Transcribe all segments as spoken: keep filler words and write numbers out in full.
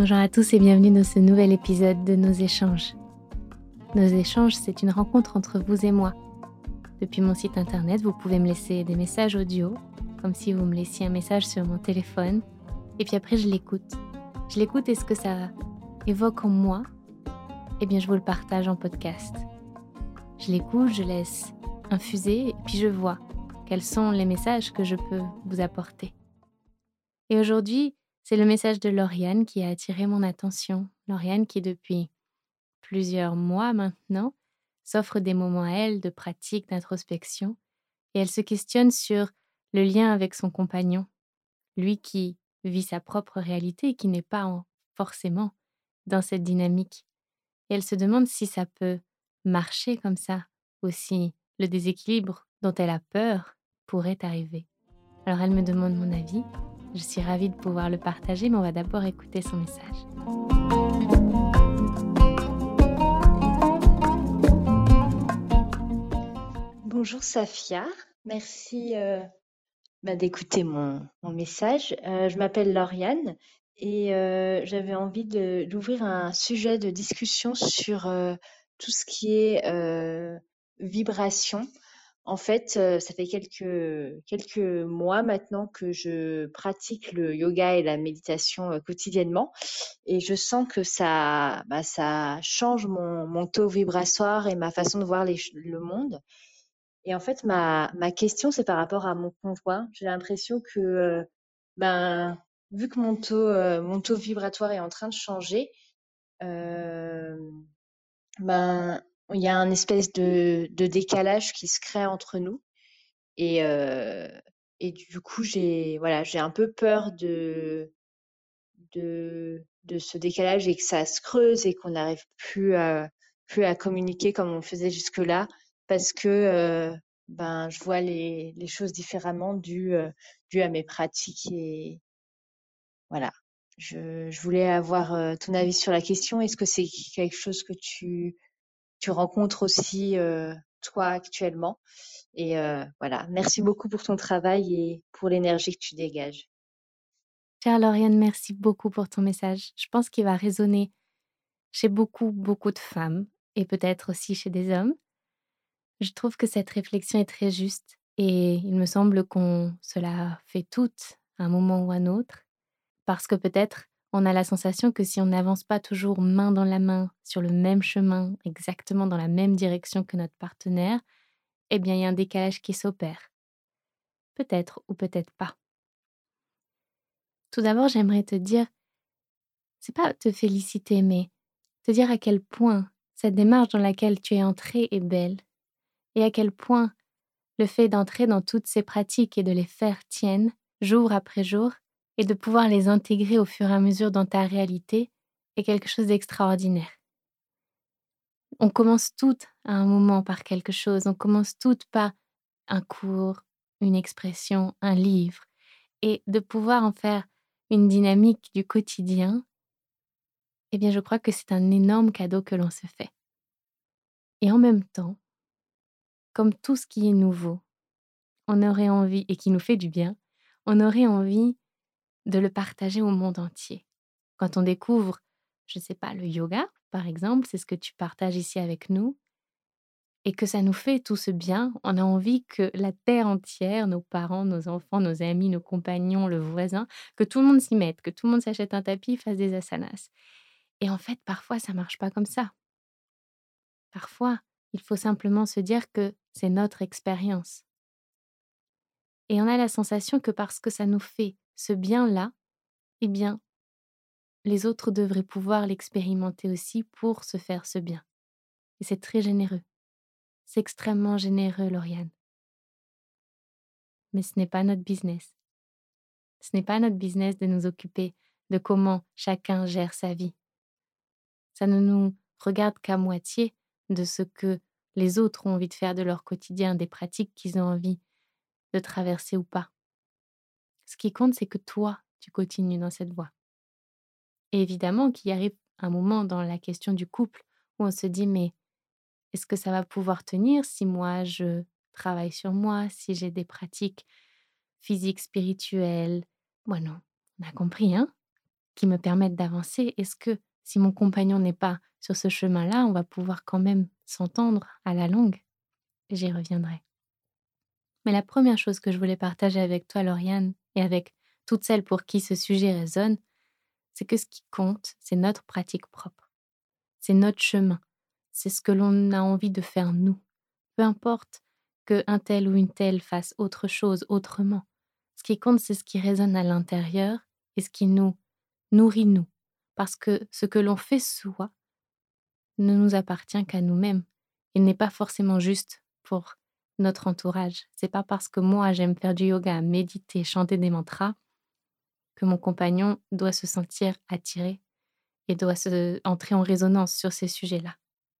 Bonjour à tous et bienvenue dans ce nouvel épisode de Nos échanges. Nos échanges, c'est une rencontre entre vous et moi. Depuis mon site internet, vous pouvez me laisser des messages audio, comme si vous me laissiez un message sur mon téléphone, et puis après je l'écoute. Je l'écoute et ce que ça évoque en moi, eh bien je vous le partage en podcast. Je l'écoute, je laisse infuser, et puis je vois quels sont les messages que je peux vous apporter. Et aujourd'hui, c'est le message de Lauriane qui a attiré mon attention. Lauriane qui, depuis plusieurs mois maintenant, s'offre des moments à elle de pratique, d'introspection, et elle se questionne sur le lien avec son compagnon, lui qui vit sa propre réalité et qui n'est pas en- forcément dans cette dynamique. Et elle se demande si ça peut marcher comme ça, ou si le déséquilibre dont elle a peur pourrait arriver. Alors elle me demande mon avis. Je suis ravie de pouvoir le partager, mais on va d'abord écouter son message. Bonjour Safia, merci euh, bah, d'écouter mon, mon message. Euh, je m'appelle Lauriane et euh, j'avais envie de- d'ouvrir un sujet de discussion sur euh, tout ce qui est euh, vibration. En fait, euh, ça fait quelques, quelques mois maintenant que je pratique le yoga et la méditation euh, quotidiennement et je sens que ça, bah, ça change mon, mon taux vibratoire et ma façon de voir les ch- le monde. Et en fait, ma, ma question, c'est par rapport à mon conjoint. J'ai l'impression que, euh, ben, vu que mon taux, euh, mon taux vibratoire est en train de changer, euh, ben, il y a un espèce de, de décalage qui se crée entre nous. Et, euh, et du coup, j'ai, voilà, j'ai un peu peur de, de, de ce décalage et que ça se creuse et qu'on n'arrive plus à, plus à communiquer comme on le faisait jusque-là parce que euh, ben, je vois les, les choses différemment dû, euh, dû à mes pratiques et voilà. Je, je voulais avoir euh, ton avis sur la question. Est-ce que c'est quelque chose que tu, tu rencontres aussi euh, toi actuellement? Et euh, voilà. Merci beaucoup pour ton travail et pour l'énergie que tu dégages. Chère Lauriane, merci beaucoup pour ton message. Je pense qu'il va résonner chez beaucoup, beaucoup de femmes, et peut-être aussi chez des hommes. Je trouve que cette réflexion est très juste, et il me semble qu'on se la fait toutes à un moment ou à un autre, parce que peut-être on a la sensation que si on n'avance pas toujours main dans la main sur le même chemin, exactement dans la même direction que notre partenaire, eh bien il y a un décalage qui s'opère. Peut-être ou peut-être pas. Tout d'abord, j'aimerais te dire, c'est pas te féliciter, mais te dire à quel point cette démarche dans laquelle tu es entrée est belle, et à quel point le fait d'entrer dans toutes ces pratiques et de les faire tiennes, jour après jour, et de pouvoir les intégrer au fur et à mesure dans ta réalité, est quelque chose d'extraordinaire. On commence toutes à un moment par quelque chose, on commence toutes par un cours, une expression, un livre, et de pouvoir en faire une dynamique du quotidien, eh bien je crois que c'est un énorme cadeau que l'on se fait. Et en même temps, comme tout ce qui est nouveau, on aurait envie, et qui nous fait du bien, on aurait envie de le partager au monde entier. Quand on découvre, je ne sais pas, le yoga, par exemple, c'est ce que tu partages ici avec nous, et que ça nous fait tout ce bien, on a envie que la terre entière, nos parents, nos enfants, nos amis, nos compagnons, le voisin, que tout le monde s'y mette, que tout le monde s'achète un tapis, fasse des asanas. Et en fait, parfois, ça marche pas comme ça. Parfois, il faut simplement se dire que c'est notre expérience. Et on a la sensation que parce que ça nous fait ce bien-là, eh bien, les autres devraient pouvoir l'expérimenter aussi pour se faire ce bien. Et c'est très généreux. C'est extrêmement généreux, Lauriane. Mais ce n'est pas notre business. Ce n'est pas notre business de nous occuper de comment chacun gère sa vie. Ça ne nous regarde qu'à moitié de ce que les autres ont envie de faire de leur quotidien, des pratiques qu'ils ont envie de traverser ou pas. Ce qui compte, c'est que toi, tu continues dans cette voie. Et évidemment qu'il arrive un moment dans la question du couple où on se dit: «Mais est-ce que ça va pouvoir tenir si moi je travaille sur moi, si j'ai des pratiques physiques, spirituelles?» Bon non, on a compris, hein? qui me permettent d'avancer? Est-ce que si mon compagnon n'est pas sur ce chemin-là, on va pouvoir quand même s'entendre à la longue? J'y reviendrai. Mais la première chose que je voulais partager avec toi, Lauriane, et avec toutes celles pour qui ce sujet résonne, c'est que ce qui compte, c'est notre pratique propre. C'est notre chemin. C'est ce que l'on a envie de faire nous. Peu importe qu'un tel ou une telle fasse autre chose autrement. Ce qui compte, c'est ce qui résonne à l'intérieur et ce qui nous nourrit nous. Parce que ce que l'on fait soi ne nous appartient qu'à nous-mêmes. Il n'est pas forcément juste pour notre entourage. C'est pas parce que moi j'aime faire du yoga, méditer, chanter des mantras que mon compagnon doit se sentir attiré et doit se entrer en résonance sur ces sujets-là.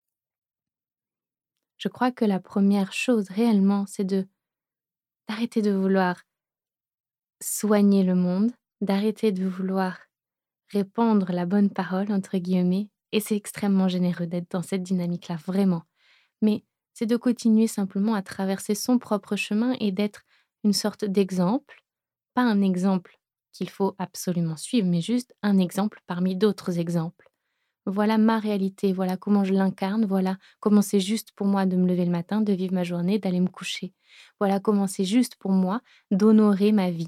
Je crois que la première chose réellement, c'est de d'arrêter de vouloir soigner le monde, d'arrêter de vouloir «répandre la bonne parole» entre guillemets et c'est extrêmement généreux d'être dans cette dynamique-là, vraiment. Mais c'est de continuer simplement à traverser son propre chemin et d'être une sorte d'exemple, pas un exemple qu'il faut absolument suivre, mais juste un exemple parmi d'autres exemples. Voilà ma réalité, voilà comment je l'incarne, voilà comment c'est juste pour moi de me lever le matin, de vivre ma journée, d'aller me coucher. Voilà comment c'est juste pour moi d'honorer ma vie.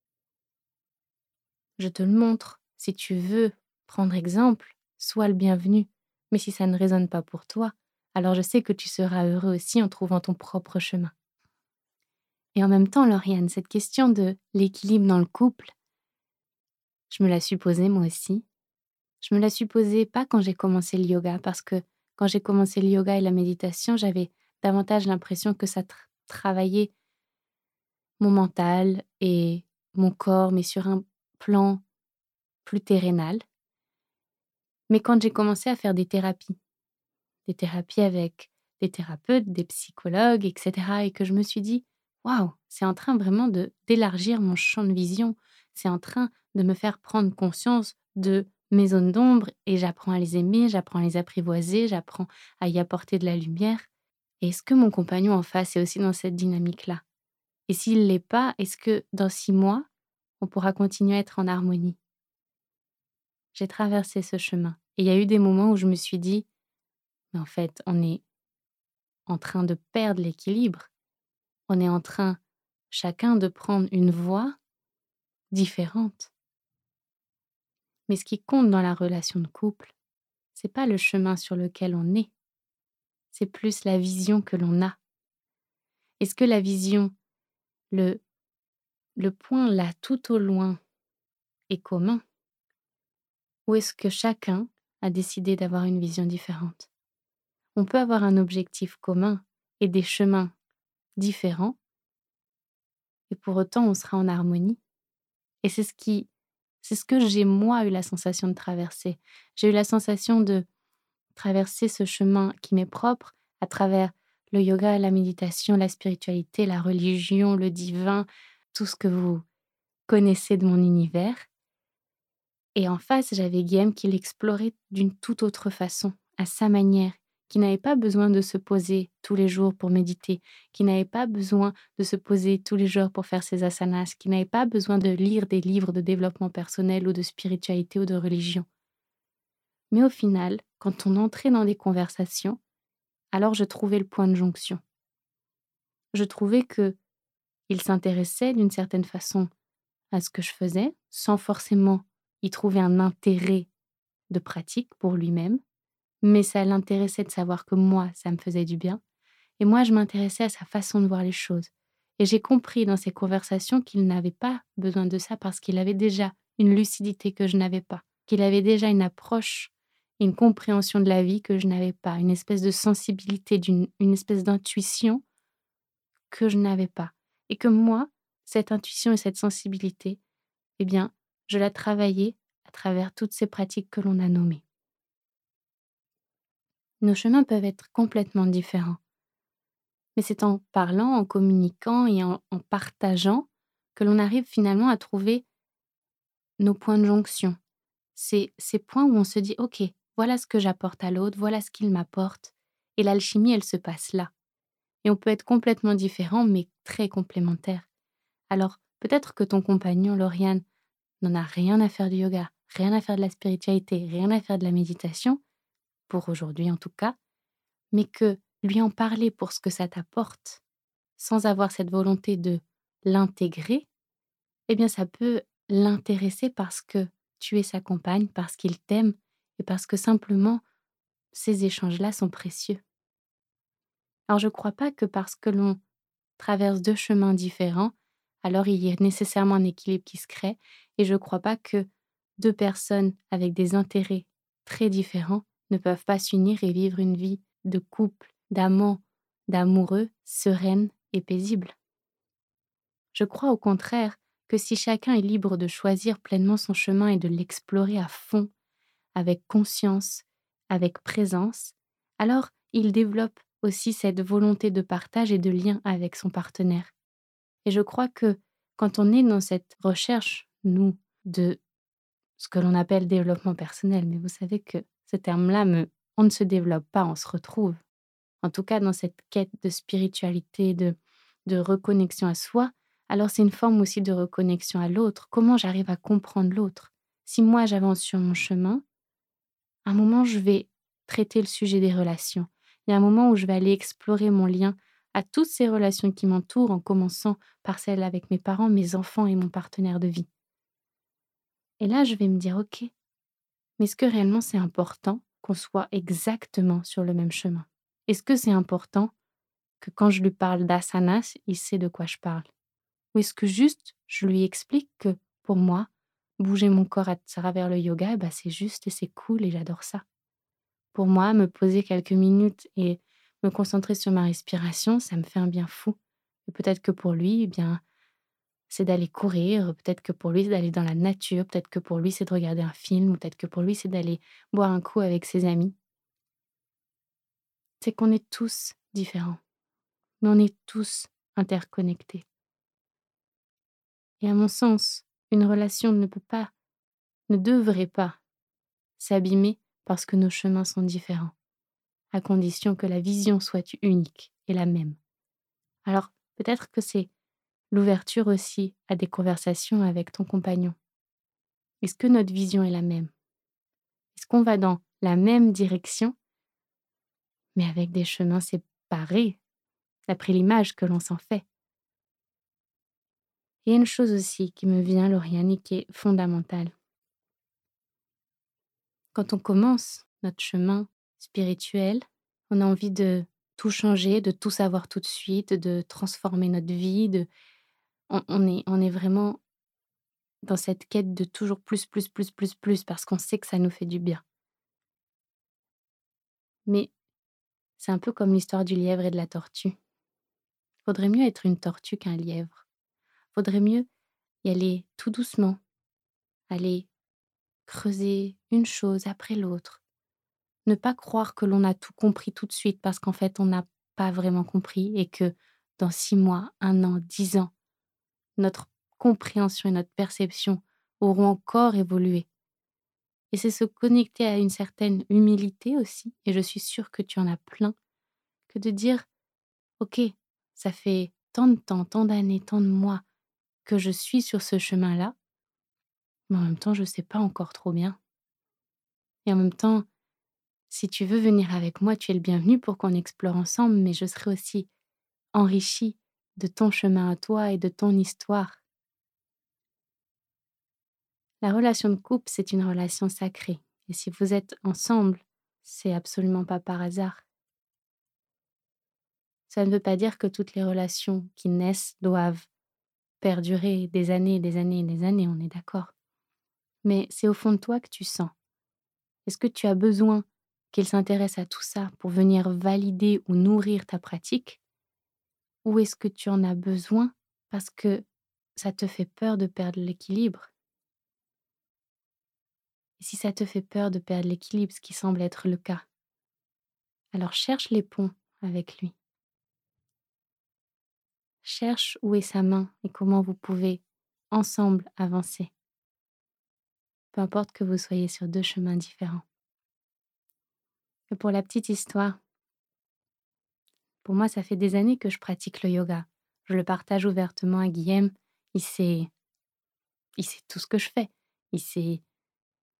Je te le montre. Si tu veux prendre exemple, sois le bienvenu. Mais si ça ne résonne pas pour toi, alors je sais que tu seras heureux aussi en trouvant ton propre chemin. Et en même temps, Lauriane, cette question de l'équilibre dans le couple, je me la suis posée moi aussi. Je me la suis posée pas quand j'ai commencé le yoga, parce que quand j'ai commencé le yoga et la méditation, j'avais davantage l'impression que ça tra- travaillait mon mental et mon corps, mais sur un plan plus terrénal. Mais quand j'ai commencé à faire des thérapies, des thérapies avec des thérapeutes, des psychologues, et cetera, et que je me suis dit: «Waouh, c'est en train vraiment de d'élargir mon champ de vision. C'est en train de me faire prendre conscience de mes zones d'ombre et j'apprends à les aimer, j'apprends à les apprivoiser, j'apprends à y apporter de la lumière». Et est-ce que mon compagnon en face est aussi dans cette dynamique-là? Et s'il l'est pas, est-ce que dans six mois, on pourra continuer à être en harmonie? J'ai traversé ce chemin et il y a eu des moments où je me suis dit: «Mais en fait, on est en train de perdre l'équilibre. On est en train, chacun, de prendre une voie différente». Mais ce qui compte dans la relation de couple, c'est pas le chemin sur lequel on est, c'est plus la vision que l'on a. Est-ce que la vision, le le point là tout au loin est commun? Ou est-ce que chacun a décidé d'avoir une vision différente? On peut avoir un objectif commun et des chemins différents et pour autant on sera en harmonie. Et c'est ce qui c'est ce que j'ai moi eu la sensation de traverser. J'ai eu la sensation de traverser ce chemin qui m'est propre à travers le yoga, la méditation, la spiritualité, la religion, le divin, tout ce que vous connaissez de mon univers. Et en face, j'avais Guillaume qui l'explorait d'une toute autre façon, à sa manière, qui n'avait pas besoin de se poser tous les jours pour méditer, qui n'avait pas besoin de se poser tous les jours pour faire ses asanas, qui n'avait pas besoin de lire des livres de développement personnel ou de spiritualité ou de religion. Mais au final, quand on entrait dans des conversations, alors je trouvais le point de jonction. Je trouvais que il s'intéressait d'une certaine façon à ce que je faisais, sans forcément y trouver un intérêt de pratique pour lui-même, mais ça l'intéressait de savoir que moi, ça me faisait du bien. Et moi, je m'intéressais à sa façon de voir les choses. Et j'ai compris dans ces conversations qu'il n'avait pas besoin de ça parce qu'il avait déjà une lucidité que je n'avais pas, qu'il avait déjà une approche, une compréhension de la vie que je n'avais pas, une espèce de sensibilité, d'une, une espèce d'intuition que je n'avais pas. Et que moi, cette intuition et cette sensibilité, eh bien, je la travaillais à travers toutes ces pratiques que l'on a nommées. Nos chemins peuvent être complètement différents. Mais c'est en parlant, en communiquant et en, en partageant que l'on arrive finalement à trouver nos points de jonction. C'est ces points où on se dit, OK, voilà ce que j'apporte à l'autre, voilà ce qu'il m'apporte. Et l'alchimie, elle se passe là. Et on peut être complètement différents, mais très complémentaires. Alors, peut-être que ton compagnon, Lauriane, n'en a rien à faire du yoga, rien à faire de la spiritualité, rien à faire de la méditation, pour aujourd'hui en tout cas, mais que lui en parler pour ce que ça t'apporte, sans avoir cette volonté de l'intégrer, eh bien ça peut l'intéresser parce que tu es sa compagne, parce qu'il t'aime et parce que simplement ces échanges-là sont précieux. Alors je crois pas que parce que l'on traverse deux chemins différents, alors il y ait nécessairement un équilibre qui se crée et je crois pas que deux personnes avec des intérêts très différents ne peuvent pas s'unir et vivre une vie de couple, d'amant, d'amoureux, sereine et paisible. Je crois au contraire que si chacun est libre de choisir pleinement son chemin et de l'explorer à fond, avec conscience, avec présence, alors il développe aussi cette volonté de partage et de lien avec son partenaire. Et je crois que quand on est dans cette recherche, nous, de ce que l'on appelle développement personnel, mais vous savez que ce terme-là, me, on ne se développe pas, on se retrouve. En tout cas, dans cette quête de spiritualité, de, de reconnexion à soi, alors c'est une forme aussi de reconnexion à l'autre. Comment j'arrive à comprendre l'autre? Si moi j'avance sur mon chemin, à un moment je vais traiter le sujet des relations. Il y a un moment où je vais aller explorer mon lien à toutes ces relations qui m'entourent, en commençant par celles avec mes parents, mes enfants et mon partenaire de vie. Et là, je vais me dire, ok, mais est-ce que réellement c'est important qu'on soit exactement sur le même chemin? Est-ce que c'est important que quand je lui parle d'asanas, il sait de quoi je parle? Ou est-ce que juste je lui explique que pour moi, bouger mon corps à travers le yoga, eh ben, c'est juste et c'est cool et j'adore ça. Pour moi, me poser quelques minutes et me concentrer sur ma respiration, ça me fait un bien fou. Et peut-être que pour lui, eh bien, c'est d'aller courir, peut-être que pour lui, c'est d'aller dans la nature, peut-être que pour lui, c'est de regarder un film, ou peut-être que pour lui, c'est d'aller boire un coup avec ses amis. C'est qu'on est tous différents, mais on est tous interconnectés. Et à mon sens, une relation ne peut pas, ne devrait pas s'abîmer parce que nos chemins sont différents, à condition que la vision soit unique et la même. Alors, peut-être que c'est l'ouverture aussi à des conversations avec ton compagnon. Est-ce que notre vision est la même? Est-ce qu'on va dans la même direction, mais avec des chemins séparés, d'après l'image que l'on s'en fait? Il y a une chose aussi qui me vient, Lauriane, et qui est fondamentale. Quand on commence notre chemin spirituel, on a envie de tout changer, de tout savoir tout de suite, de transformer notre vie. De... On, on est, on est vraiment dans cette quête de toujours plus, plus, plus, plus, plus, parce qu'on sait que ça nous fait du bien. Mais c'est un peu comme l'histoire du lièvre et de la tortue. Faudrait mieux être une tortue qu'un lièvre. Faudrait mieux y aller tout doucement, aller creuser une chose après l'autre. Ne pas croire que l'on a tout compris tout de suite parce qu'en fait, on n'a pas vraiment compris et que dans six mois, un an, dix ans, notre compréhension et notre perception auront encore évolué. Et c'est se connecter à une certaine humilité aussi, et je suis sûre que tu en as plein, que de dire, ok, ça fait tant de temps, tant d'années, tant de mois que je suis sur ce chemin-là, mais en même temps, je ne sais pas encore trop bien. Et en même temps, si tu veux venir avec moi, tu es le bienvenu pour qu'on explore ensemble, mais je serai aussi enrichie de ton chemin à toi et de ton histoire. La relation de couple, c'est une relation sacrée. Et si vous êtes ensemble, c'est absolument pas par hasard. Ça ne veut pas dire que toutes les relations qui naissent doivent perdurer des années, des années et des années, on est d'accord. Mais c'est au fond de toi que tu sens. Est-ce que tu as besoin qu'il s'intéresse à tout ça pour venir valider ou nourrir ta pratique? Ou est-ce que tu en as besoin parce que ça te fait peur de perdre l'équilibre? Et si ça te fait peur de perdre l'équilibre, ce qui semble être le cas, alors cherche les ponts avec lui. Cherche où est sa main et comment vous pouvez ensemble avancer. Peu importe que vous soyez sur deux chemins différents. Et pour la petite histoire, pour moi, ça fait des années que je pratique le yoga. Je le partage ouvertement à Guillaume. Il sait, il sait tout ce que je fais. Il sait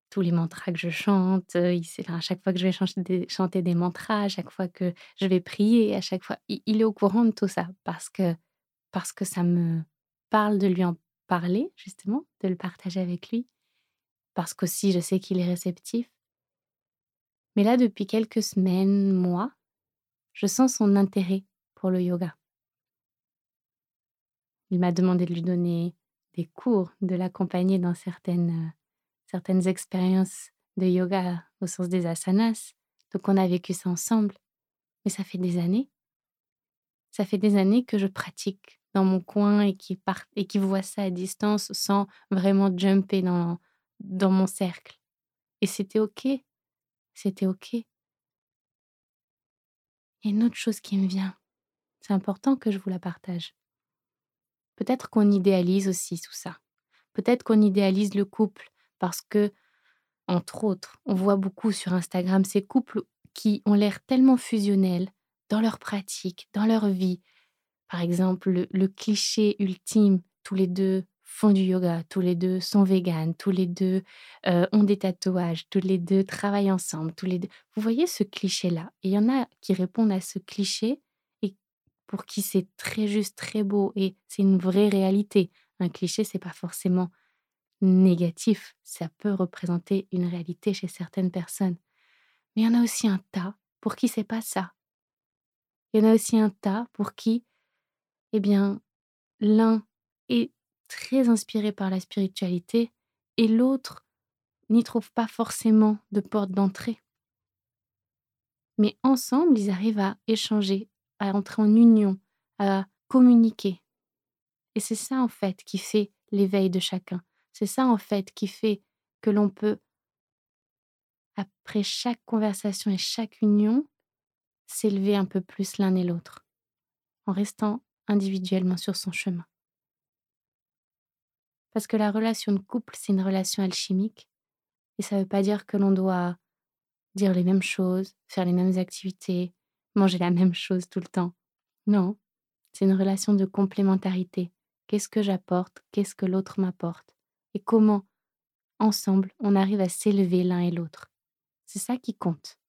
tous les mantras que je chante, heu, il sait enfin, à chaque fois que je vais chanter des chanter des mantras, à chaque fois que je vais prier, à chaque fois il il est au courant de tout ça parce que parce que ça me parle de lui en parler justement, de le partager avec lui, parce qu'aussi je sais qu'il est réceptif. Mais là, depuis quelques semaines, mois, je sens son intérêt pour le yoga. Il m'a demandé de lui donner des cours, de l'accompagner dans certaines, heu, certaines expériences de yoga au sens des asanas. Donc on a vécu ça ensemble, mais ça fait des années. Ça fait des années que je pratique dans mon coin et qu'il part et qu'il voit ça à distance sans vraiment jumper dans dans mon cercle et c'était OK, c'était OK. Il y a une autre chose qui me vient, c'est important que je vous la partage. Peut-être qu'on idéalise aussi tout ça. Peut-être qu'on idéalise le couple parce que, entre autres, on voit beaucoup sur Instagram ces couples qui ont l'air tellement fusionnels dans leur pratique, dans leur vie. Par exemple, le le cliché ultime, tous les deux font du yoga, tous les deux sont véganes, tous les deux, heu, ont des tatouages, tous les deux travaillent ensemble, tous les deux vous voyez ce cliché-là? Et il y en a qui répondent à ce cliché et pour qui c'est très juste, très beau et c'est une vraie réalité. Un cliché, c'est pas forcément négatif, ça peut représenter une réalité chez certaines personnes. Mais il y en a aussi un tas pour qui c'est pas ça. Il y en a aussi un tas pour qui, eh bien, l'un est très inspiré par la spiritualité et l'autre n'y trouve pas forcément de porte d'entrée. Mais ensemble, ils arrivent à échanger, à entrer en union, à communiquer. Et c'est ça, en fait, qui fait l'éveil de chacun. C'est ça, en fait, qui fait que l'on peut, après chaque conversation et chaque union, s'élever un peu plus l'un et l'autre, en restant individuellement sur son chemin. Parce que la relation de couple, c'est une relation alchimique et ça ne veut pas dire que l'on doit dire les mêmes choses, faire les mêmes activités, manger la même chose tout le temps. Non, c'est une relation de complémentarité. Qu'est-ce que j'apporte? Qu'est-ce que l'autre m'apporte? Et comment, ensemble, on arrive à s'élever l'un et l'autre. C'est ça qui compte.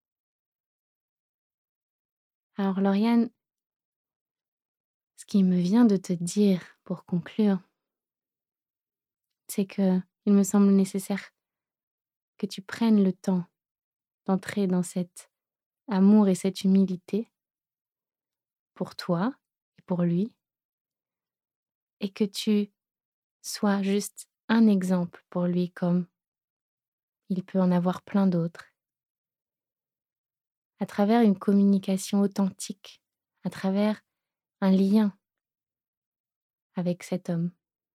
Alors Lauriane, ce qui me vient de te dire pour conclure, c'est que il me semble nécessaire que tu prennes le temps d'entrer dans cet amour et cette humilité pour toi et pour lui, et que tu sois juste un exemple pour lui comme il peut en avoir plein d'autres, à travers une communication authentique, à travers un lien avec cet homme.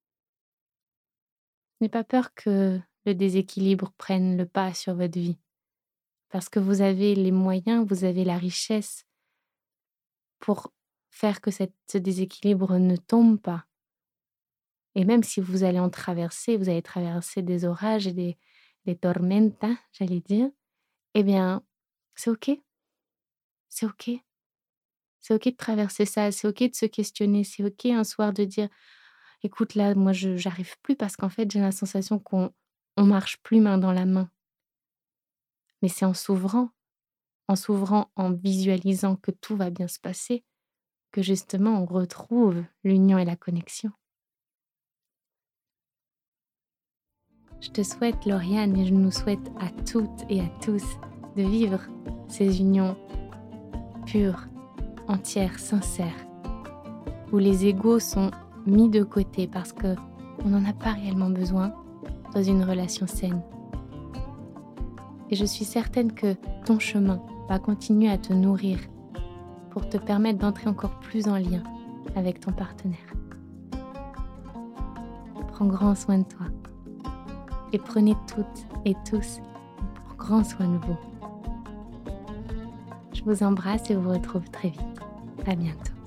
N'aie pas peur que le déséquilibre prenne le pas sur votre vie, parce que vous avez les moyens, vous avez la richesse pour faire que cette ce déséquilibre ne tombe pas. Et même si vous allez en traverser, vous allez traverser des orages et des des tormentas, j'allais dire, eh bien, c'est OK, c'est OK. C'est OK de traverser ça, c'est OK de se questionner, c'est OK un soir de dire: «Écoute là, moi je j'arrive plus parce qu'en fait j'ai la sensation qu'on on marche plus main dans la main». Mais c'est en s'ouvrant, en s'ouvrant, en visualisant que tout va bien se passer, que justement on retrouve l'union et la connexion. Je te souhaite, Lauriane, et je nous souhaite à toutes et à tous de vivre ces unions pures, entières, sincères, où les égos sont mis de côté parce que on n'en a pas réellement besoin dans une relation saine. Et je suis certaine que ton chemin va continuer à te nourrir pour te permettre d'entrer encore plus en lien avec ton partenaire. Prends grand soin de toi et prenez toutes et tous grand soin de vous. Je vous embrasse et vous retrouve très vite. À bientôt.